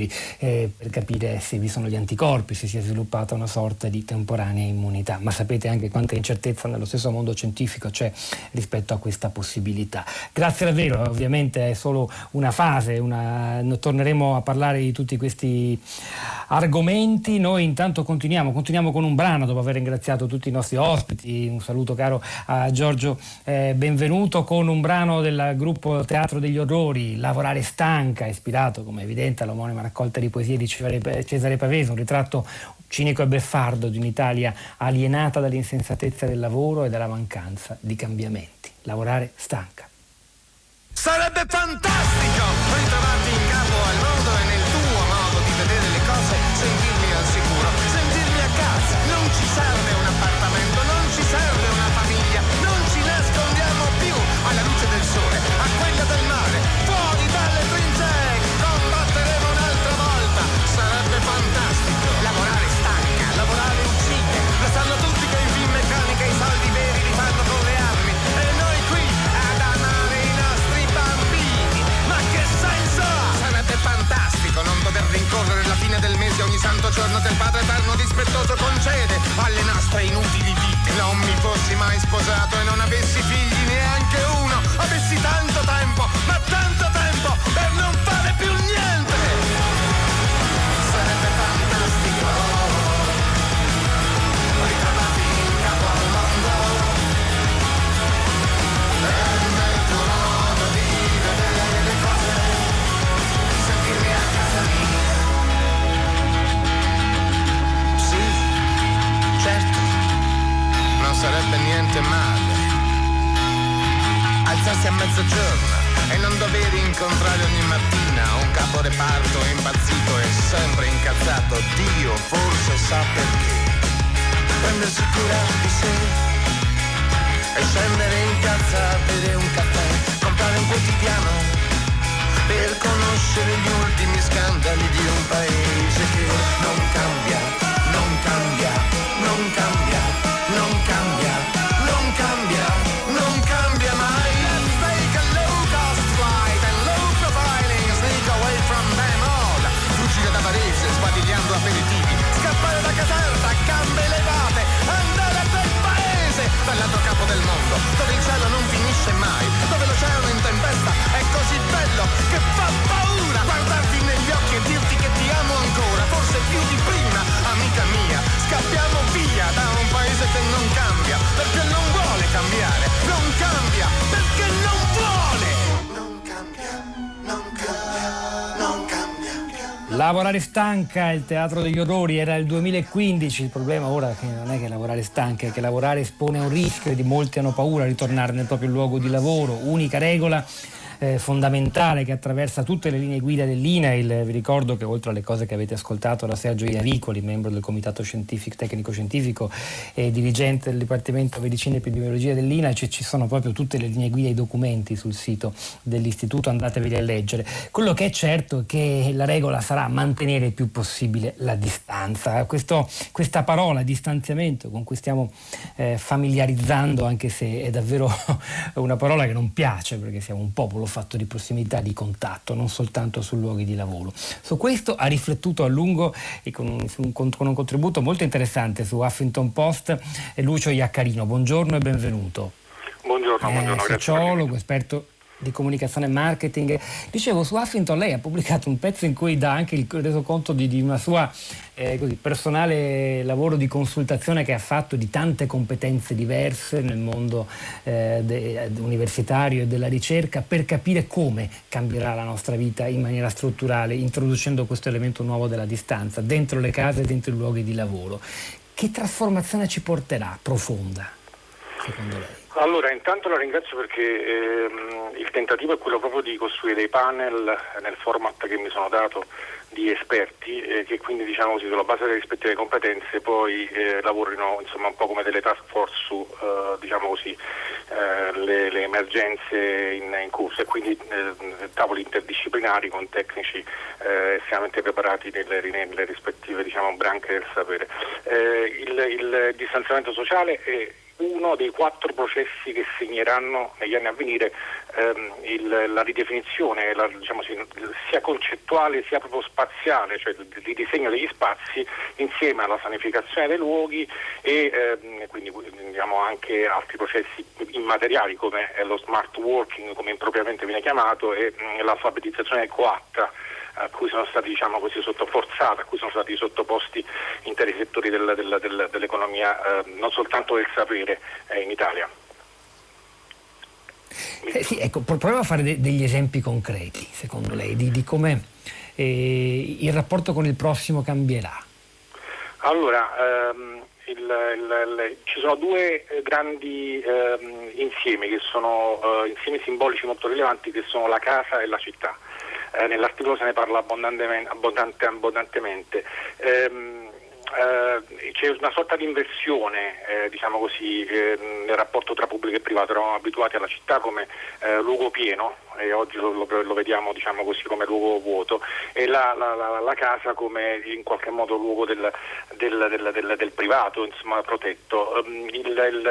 lavoratori eh, per capire se vi sono gli anticorpi, se si è sviluppata una sorta di temporanea immunità, ma sapete anche quanta incertezza nello stesso mondo scientifico c'è rispetto a questa possibilità. Grazie davvero, ovviamente è solo una fase, una... torneremo a parlare di tutti questi argomenti. Noi intanto continuiamo, continuiamo con un brano dopo aver ringraziato tutti i nostri ospiti. Un saluto caro a Giorgio eh, Benvenuto, con un brano del gruppo Teatro degli Orrori, Lavorare stanca, ispirato come è evidente all'omonima raccolta di poesie di Cesare Pavese, un ritratto cinico e beffardo di un'Italia alienata dall'insensatezza del lavoro e dalla mancanza di cambiamenti. Lavorare stanca. Sarebbe fantastico ritrovarti in capo al mondo e nel tuo modo di vedere le cose, sentirmi al sicuro, sentirmi a casa. Non ci serve un appartamento, non ci serve una famiglia, non ci nascondiamo più alla luce del sole, a quella del mare, fuori dalle trincee, combatteremo un'altra volta. Sarebbe fantastico. Lavorare stanca, lavorare uccide, lo sanno tutti che i film meccanica i soldi veri li fanno con le armi, e noi qui ad amare i nostri bambini. Ma che senso ha? Sarebbe fantastico non dover rincorrere la fine del mese ogni santo giorno che il Padre Eterno dispettoso concede alle nostre inutili vite. Non mi fossi mai sposato e non avessi figli, neanche uno, avessi tanto tempo, ma tanto tempo per non fare più niente. Sarebbe fantastico ritrovarti in capo al mondo e nel tuo modo di vedere le cose, sentirmi a casa mia. Sì, certo, non sarebbe niente male alzarsi a mezzogiorno e non dover incontrare ogni mattina un capo reparto impazzito e sempre incazzato. Dio forse sa perché. Prendersi cura di sé e scendere in piazza a bere un caffè, comprare un quotidiano per conoscere gli ultimi scandali di un paese che non cambia, non cambia, non cambia, non cambia, non cambia, non cambia mai. Let's take a low cost flight and low profiling, sneak away from them all. Fuggire da Varese sbadigliando aperitivi, scappare da Caserta a gambe levate, andare a quel paese dall'altro capo del mondo, dove il cielo non finisce mai, dove l'oceano in tempesta è così bello che fa paura guardarti negli occhi e dirti che ti amo ancora, forse più di prima, amica mia. Scappiamo via da un paese che non cambia, perché non vuole cambiare, non cambia, perché non vuole. Non cambia, non cambia, non cambia. Lavorare stanca, il Teatro degli Orrori, era il duemilaquindici. Il problema ora che non è che lavorare stanca, è che lavorare espone a un rischio e di molti hanno paura a ritornare nel proprio luogo di lavoro. Unica regola eh, fondamentale che attraversa tutte le linee guida dell'I N A I L. Vi ricordo che oltre alle cose che avete ascoltato da Sergio Iavicoli, membro del Comitato Scientifico, Tecnico Scientifico e dirigente del Dipartimento Medicina e Epidemiologia dell'I N A I L, ci, ci sono proprio tutte le linee guida e i documenti sul sito dell'istituto, andateveli a leggere. Quello che è certo è che la regola sarà mantenere il più possibile la distanza. Questo, questa parola distanziamento con cui stiamo eh, familiarizzando, anche se è davvero una parola che non piace, perché siamo un popolo fatto di prossimità, di contatto, non soltanto su luoghi di lavoro. Su questo ha riflettuto a lungo e con un, con un contributo molto interessante su Huffington Post Lucio Iaccarino. Buongiorno e benvenuto. Buongiorno, eh, buongiorno. Sociologo, esperto di comunicazione e marketing. Dicevo, su Huffington lei ha pubblicato un pezzo in cui dà anche il resoconto di, di una sua eh, così, personale lavoro di consultazione che ha fatto di tante competenze diverse nel mondo eh, de, universitario e della ricerca, per capire come cambierà la nostra vita in maniera strutturale, introducendo questo elemento nuovo della distanza dentro le case e dentro i luoghi di lavoro. Che trasformazione ci porterà profonda, secondo lei? Allora, intanto la ringrazio perché ehm, il tentativo è quello proprio di costruire dei panel nel format che mi sono dato di esperti eh, che quindi, diciamo così, sulla base delle rispettive competenze poi eh, lavorino insomma un po' come delle task force su eh, diciamo così eh, le, le emergenze in, in corso, e quindi eh, tavoli interdisciplinari con tecnici eh, estremamente preparati nelle, nelle rispettive, diciamo, branche del sapere. Eh, il, il distanziamento sociale è uno dei quattro processi che segneranno negli anni a venire ehm, il, la ridefinizione, la, diciamo, sia concettuale sia proprio spaziale, cioè il ridisegno degli spazi insieme alla sanificazione dei luoghi e ehm, quindi diciamo, anche altri processi immateriali come lo smart working, come impropriamente viene chiamato, e mh, l'alfabetizzazione coatta a cui sono stati, diciamo così, sottoforzati, a cui sono stati sottoposti interi settori del, del, del, dell'economia, eh, non soltanto del sapere, eh, in Italia. Eh sì, ecco, proviamo a fare de- degli esempi concreti, secondo lei, di, di come eh, il rapporto con il prossimo cambierà. Allora, ehm, il, il, il, ci sono due grandi ehm, insiemi che sono eh, insiemi simbolici molto rilevanti, che sono la casa e la città. Eh, nell'articolo se ne parla abbondantemente, abbondante, abbondantemente. Ehm, eh, c'è una sorta di inversione, eh, diciamo così, eh, nel rapporto tra pubblico e privato. Eravamo abituati alla città come eh, luogo pieno, e oggi lo, lo, lo vediamo, diciamo così, come luogo vuoto, e la, la, la, la casa come in qualche modo luogo del, del, del, del, del privato, insomma, protetto. Um, il,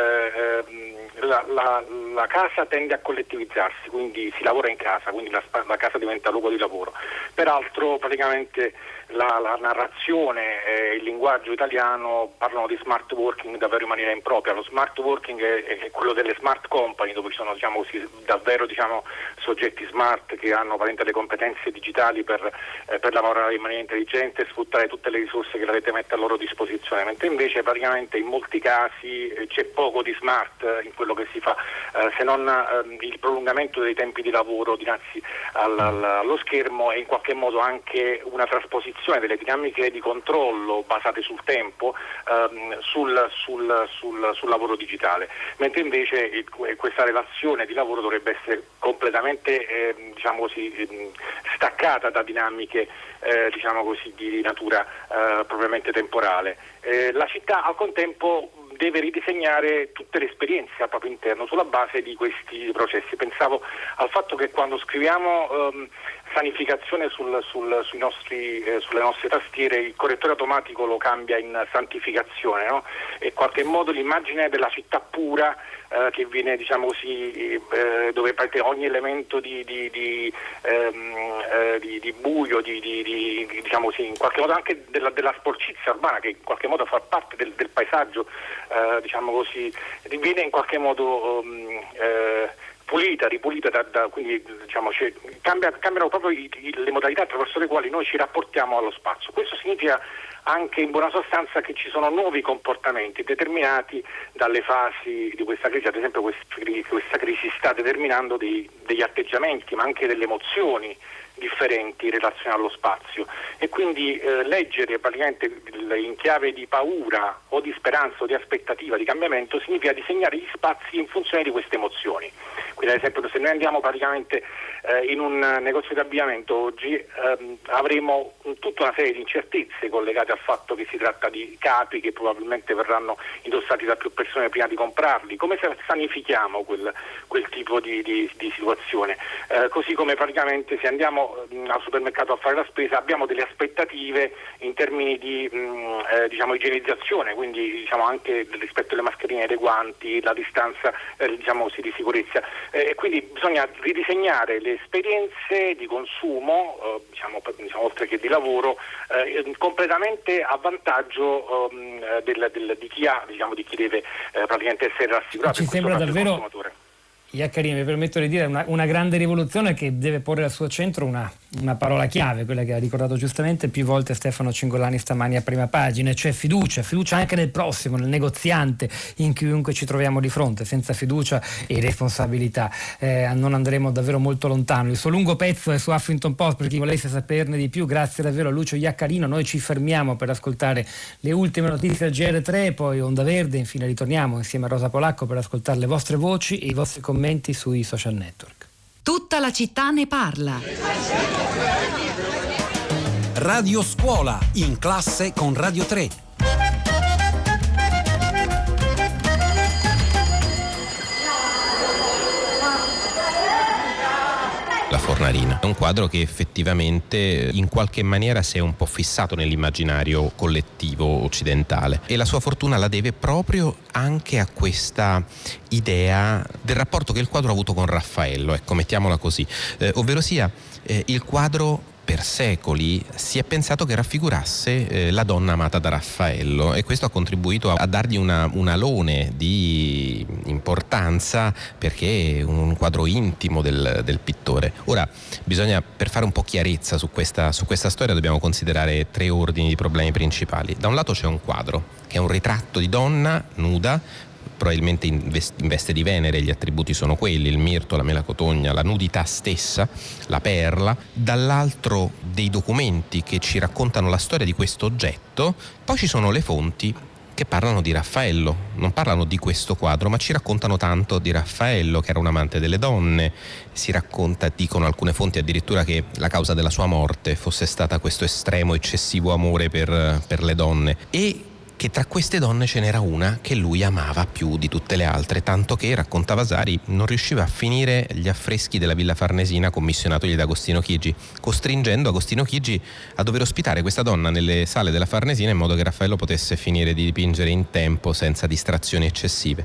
il, um, la, la, la casa tende a collettivizzarsi, quindi si lavora in casa, quindi la, la casa diventa luogo di lavoro. Peraltro praticamente la, la narrazione e il linguaggio italiano parlano di smart working davvero in maniera impropria. Lo smart working è, è quello delle smart company, dove ci sono, diciamo così, davvero, diciamo, soggetti smart che hanno veramente le competenze digitali per, eh, per lavorare in maniera intelligente e sfruttare tutte le risorse che la rete mette a loro disposizione, mentre invece praticamente in molti casi eh, c'è poco di smart eh, in quello che si fa, eh, se non eh, il prolungamento dei tempi di lavoro dinanzi al, al, allo schermo, e in qualche modo anche una trasposizione delle dinamiche di controllo basate sul tempo ehm, sul, sul, sul, sul lavoro digitale, mentre invece il, questa relazione di lavoro dovrebbe essere completamente eh, diciamo così, eh, staccata da dinamiche eh, diciamo così, di natura eh, propriamente temporale. Eh, la città al contempo deve ridisegnare tutte le esperienze al proprio interno sulla base di questi processi. Pensavo al fatto che quando scriviamo ehm, sanificazione sul, sul, sui nostri, eh, sulle nostre tastiere, il correttore automatico lo cambia in santificazione, no? E in qualche modo l'immagine della città pura eh, che viene, diciamo così, eh, dove parte ogni elemento di, di, di, ehm, eh, di, di buio, di, di, di, diciamo così, in qualche modo anche della, della sporcizia urbana, che in qualche modo fa parte del, del paesaggio, eh, diciamo così, viene in qualche modo um, eh, pulita, ripulita, da, da, quindi diciamo, cioè, cambia, cambiano proprio i, i, le modalità attraverso le quali noi ci rapportiamo allo spazio. Questo significa anche in buona sostanza che ci sono nuovi comportamenti determinati dalle fasi di questa crisi. Ad esempio questa, questa crisi sta determinando dei, degli atteggiamenti, ma anche delle emozioni differenti in relazione allo spazio, e quindi eh, leggere praticamente in chiave di paura o di speranza o di aspettativa di cambiamento significa disegnare gli spazi in funzione di queste emozioni. Quindi ad esempio se noi andiamo praticamente eh, in un negozio di abbigliamento oggi ehm, avremo tutta una serie di incertezze collegate al fatto che si tratta di capi che probabilmente verranno indossati da più persone prima di comprarli. Come sanifichiamo quel, quel tipo di, di, di situazione? Eh, così come praticamente se andiamo al supermercato a fare la spesa abbiamo delle aspettative in termini di mh, eh, diciamo igienizzazione, quindi diciamo anche rispetto alle mascherine e dei guanti, la distanza eh, diciamo sì, di sicurezza, e eh, quindi bisogna ridisegnare le esperienze di consumo eh, diciamo, diciamo oltre che di lavoro eh, completamente a vantaggio eh, del, del, di chi ha, diciamo, di chi deve eh, praticamente essere rassicurato. Ci sembra davvero, Iaccarini, mi permetto di dire, una, una grande rivoluzione che deve porre al suo centro una, una parola chiave, quella che ha ricordato giustamente più volte Stefano Cingolani stamani a Prima Pagina, cioè fiducia, fiducia anche nel prossimo, nel negoziante, in chiunque ci troviamo di fronte. Senza fiducia e responsabilità eh, non andremo davvero molto lontano. Il suo lungo pezzo è su Huffington Post per chi volesse saperne di più. Grazie davvero a Lucio Iaccarino. Noi ci fermiamo per ascoltare le ultime notizie del G R tre, poi Onda Verde, infine ritorniamo insieme a Rosa Polacco per ascoltare le vostre voci e i vostri commenti sui social network. Tutta la città ne parla. Radio Scuola, in classe con Radio tre. La Fornarina. È un quadro che effettivamente in qualche maniera si è un po' fissato nell'immaginario collettivo occidentale, e la sua fortuna la deve proprio anche a questa idea del rapporto che il quadro ha avuto con Raffaello, ecco, mettiamola così, eh, ovvero sia eh, il quadro per secoli si è pensato che raffigurasse eh, la donna amata da Raffaello, e questo ha contribuito a, a dargli una, un alone di importanza, perché è un quadro intimo del, del pittore. Ora bisogna, per fare un po' chiarezza su questa, su questa storia, dobbiamo considerare tre ordini di problemi principali. Da un lato c'è un quadro che è un ritratto di donna nuda, probabilmente in veste di Venere, gli attributi sono quelli: il mirto, la melacotogna, la nudità stessa, la perla. Dall'altro dei documenti che ci raccontano la storia di questo oggetto. Poi ci sono le fonti che parlano di Raffaello, non parlano di questo quadro, ma ci raccontano tanto di Raffaello, che era un amante delle donne. Si racconta, dicono alcune fonti addirittura, che la causa della sua morte fosse stata questo estremo, eccessivo amore per, per le donne, e che tra queste donne ce n'era una che lui amava più di tutte le altre, tanto che, racconta Vasari, non riusciva a finire gli affreschi della Villa Farnesina commissionatogli da Agostino Chigi, costringendo Agostino Chigi a dover ospitare questa donna nelle sale della Farnesina in modo che Raffaello potesse finire di dipingere in tempo senza distrazioni eccessive.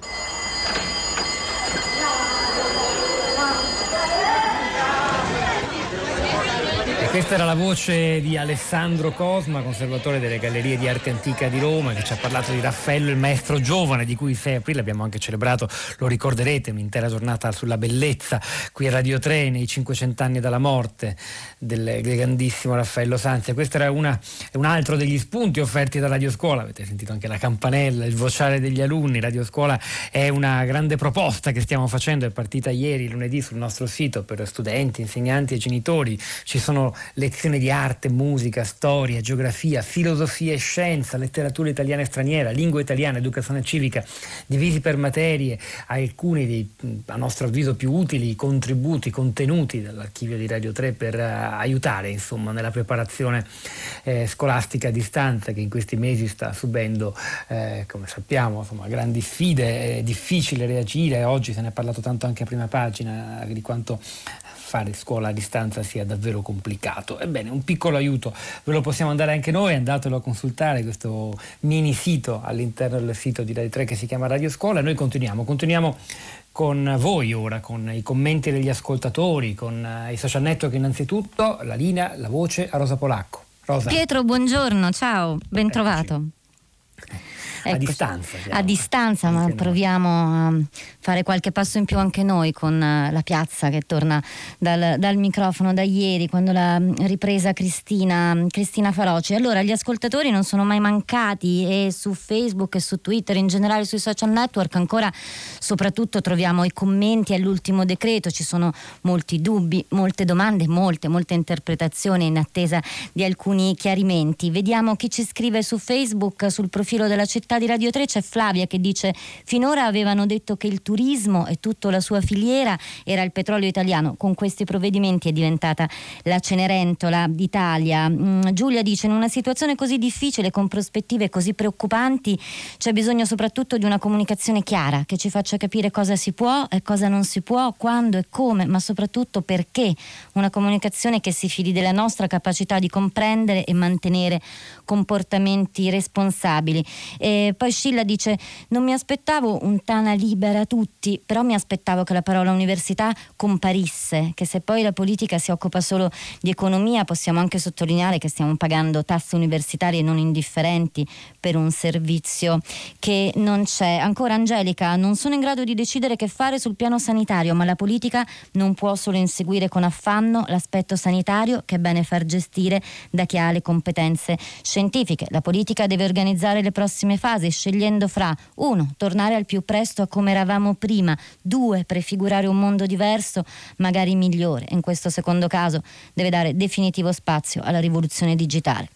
Questa era la voce di Alessandro Cosma, conservatore delle Gallerie di Arte Antica di Roma, che ci ha parlato di Raffaello, il maestro giovane, di cui il sei aprile abbiamo anche celebrato, lo ricorderete, un'intera giornata sulla bellezza qui a Radio tre, nei cinquecent'anni dalla morte del, del grandissimo Raffaello Sanzio. Questo era una, un altro degli spunti offerti da Radio Scuola. Avete sentito anche la campanella, il vociare degli alunni. Radio Scuola è una grande proposta che stiamo facendo, è partita ieri, lunedì, sul nostro sito per studenti, insegnanti e genitori. Ci sono lezioni di arte, musica, storia, geografia, filosofia e scienza, letteratura italiana e straniera, lingua italiana, educazione civica, divisi per materie. Alcuni dei, a nostro avviso, più utili contributi contenuti dall'archivio di Radio tre per uh, aiutare, insomma, nella preparazione eh, scolastica a distanza, che in questi mesi sta subendo, eh, come sappiamo, insomma, grandi sfide. È difficile reagire. Oggi se ne è parlato tanto anche a prima pagina di quanto fare scuola a distanza sia davvero complicato. Ebbene, un piccolo aiuto ve lo possiamo andare anche noi, andatelo a consultare, questo mini sito all'interno del sito di Radio tre che si chiama Radio Scuola. Noi continuiamo, continuiamo con voi ora, con i commenti degli ascoltatori, con i social network innanzitutto. La linea, la voce a Rosa Polacco. Rosa. Pietro, buongiorno, ciao, ben trovato. A ecco, distanza. A distanza, ma proviamo a fare qualche passo in più anche noi con la piazza che torna dal, dal microfono da ieri, quando l'ha ripresa Cristina, Cristina Faloci. Allora, gli ascoltatori non sono mai mancati, e su Facebook e su Twitter, in generale sui social network, ancora soprattutto troviamo i commenti all'ultimo decreto. Ci sono molti dubbi, molte domande, molte, molte interpretazioni, in attesa di alcuni chiarimenti. Vediamo chi ci scrive su Facebook, sul profilo della città di Radio tre. C'è Flavia che dice: finora avevano detto che il turismo e tutta la sua filiera era il petrolio italiano, con questi provvedimenti è diventata la Cenerentola d'Italia. mm, Giulia dice: in una situazione così difficile, con prospettive così preoccupanti, c'è bisogno soprattutto di una comunicazione chiara che ci faccia capire cosa si può e cosa non si può, quando e come, ma soprattutto perché. Una comunicazione che si fidi della nostra capacità di comprendere e mantenere comportamenti responsabili. E poi Scilla dice: non mi aspettavo un Tana libera tutti, però mi aspettavo che la parola università comparisse, che se poi la politica si occupa solo di economia, possiamo anche sottolineare che stiamo pagando tasse universitarie non indifferenti per un servizio che non c'è. Ancora Angelica: non sono in grado di decidere che fare sul piano sanitario, ma la politica non può solo inseguire con affanno l'aspetto sanitario, che è bene far gestire da chi ha le competenze scientifiche. La politica deve organizzare le prossime fasi, scegliendo fra: uno, tornare al più presto a come eravamo prima; due, prefigurare un mondo diverso, magari migliore. In questo secondo caso deve dare definitivo spazio alla rivoluzione digitale.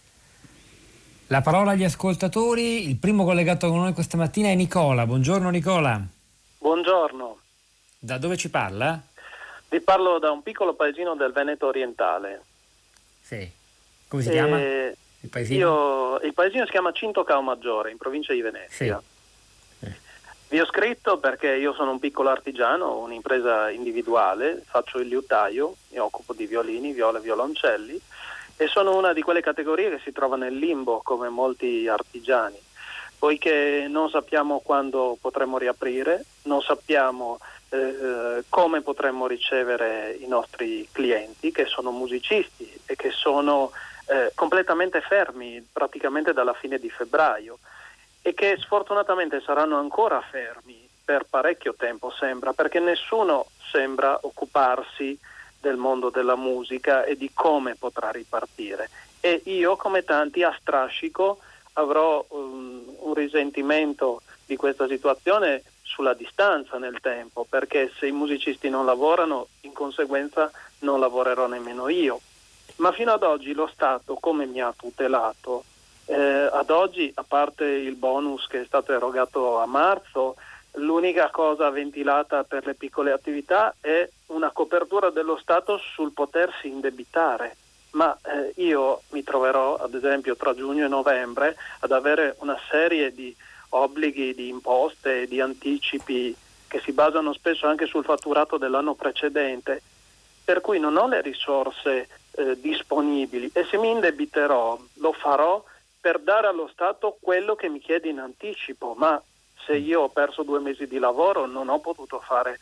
La parola agli ascoltatori. Il primo collegato con noi questa mattina è Nicola. Buongiorno Nicola. Buongiorno. Da dove ci parla? Vi parlo da un piccolo paesino del Veneto orientale. Sì. Come si eh, chiama il paesino? Io, il paesino si chiama Cinto Cao Maggiore, in provincia di Venezia. Sì. Vi ho scritto perché io sono un piccolo artigiano, un'impresa individuale, faccio il liutaio, mi occupo di violini, viole e violoncelli e sono una di quelle categorie che si trova nel limbo come molti artigiani, poiché non sappiamo quando potremo riaprire, non sappiamo eh, come potremo ricevere i nostri clienti che sono musicisti e che sono eh, completamente fermi praticamente dalla fine di febbraio. E che sfortunatamente saranno ancora fermi per parecchio tempo, sembra, perché nessuno sembra occuparsi del mondo della musica e di come potrà ripartire. E io, come tanti, a strascico avrò um, un risentimento di questa situazione sulla distanza nel tempo, perché se i musicisti non lavorano, in conseguenza non lavorerò nemmeno io. Ma fino ad oggi lo Stato come mi ha tutelato? Eh, ad oggi, a parte il bonus che è stato erogato a marzo, l'unica cosa ventilata per le piccole attività è una copertura dello Stato sul potersi indebitare. Ma eh, io mi troverò, ad esempio, tra giugno e novembre ad avere una serie di obblighi, di imposte, di anticipi che si basano spesso anche sul fatturato dell'anno precedente, per cui non ho le risorse eh, disponibili e se mi indebiterò lo farò per dare allo Stato quello che mi chiede in anticipo, ma se io ho perso due mesi di lavoro non ho potuto fare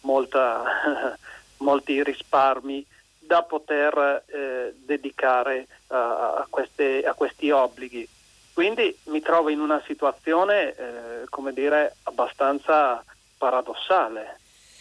molta, molti risparmi da poter eh, dedicare uh, a, queste, a questi obblighi. Quindi mi trovo in una situazione, eh, come dire, abbastanza paradossale.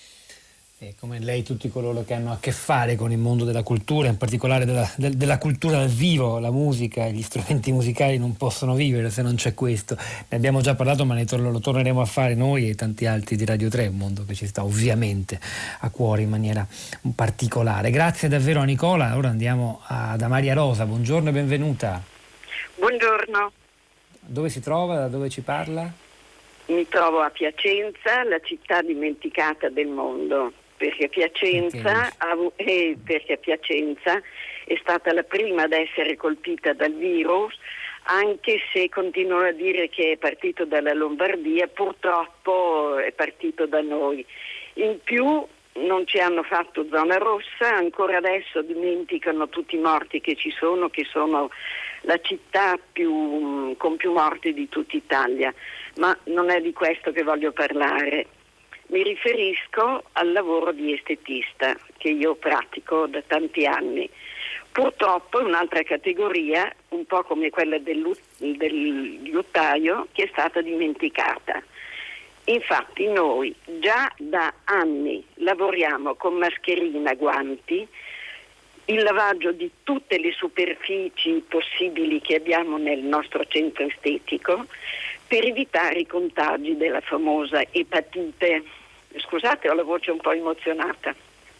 E come lei tutti coloro che hanno a che fare con il mondo della cultura, in particolare della, del, della cultura dal vivo, la musica, gli strumenti musicali non possono vivere se non c'è questo. Ne abbiamo già parlato, ma ne tor- lo torneremo a fare noi e tanti altri di Radio tre, un mondo che ci sta ovviamente a cuore in maniera particolare. Grazie davvero a Nicola. Ora andiamo a, da Maria Rosa. Buongiorno e benvenuta. Buongiorno. Dove si trova? Da dove ci parla? Mi trovo a Piacenza, la città dimenticata del mondo. Perché Piacenza, eh, perché Piacenza è stata la prima ad essere colpita dal virus, anche se continuano a dire che è partito dalla Lombardia, purtroppo è partito da noi. In più non ci hanno fatto zona rossa, ancora adesso dimenticano tutti i morti che ci sono, che sono la città più, con più morti di tutta Italia, ma non è di questo che voglio parlare. Mi riferisco al lavoro di estetista che io pratico da tanti anni. Purtroppo è un'altra categoria, un po' come quella del, del liutaio, che è stata dimenticata. Infatti noi già da anni lavoriamo con mascherina, guanti, il lavaggio di tutte le superfici possibili che abbiamo nel nostro centro estetico per evitare i contagi della famosa epatite. Scusate, ho la voce un po' emozionata.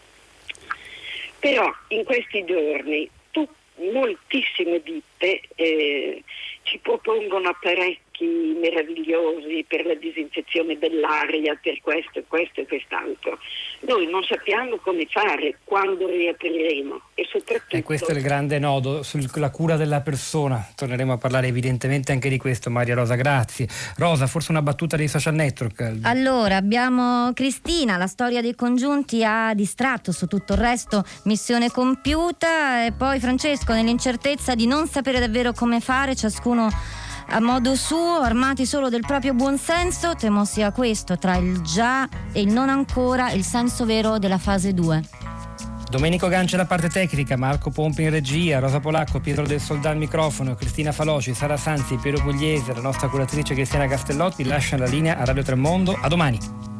Però in questi giorni tu, moltissime ditte eh, ci propongono apparecchi meravigliosi per la disinfezione dell'aria, per questo e questo e quest'altro. Noi non sappiamo come fare, quando riapriremo e soprattutto... E questo è il grande nodo sulla cura della persona. Torneremo a parlare evidentemente anche di questo, Maria Rosa, grazie. Rosa, forse una battuta dei social network. Allora, abbiamo Cristina, la storia dei congiunti ha distratto, su tutto il resto missione compiuta, e poi Francesco, nell'incertezza di non sapere davvero come fare, ciascuno a modo suo, armati solo del proprio buonsenso, temo sia questo, tra il già e il non ancora, il senso vero della fase due. Domenico Gancia la parte tecnica, Marco Pompi in regia, Rosa Polacco, Pietro del Soldà al microfono, Cristina Faloci, Sara Sanzi, Piero Pugliese, la nostra curatrice Cristiana Castellotti lasciano la linea a Radio Tre Mondo. A domani.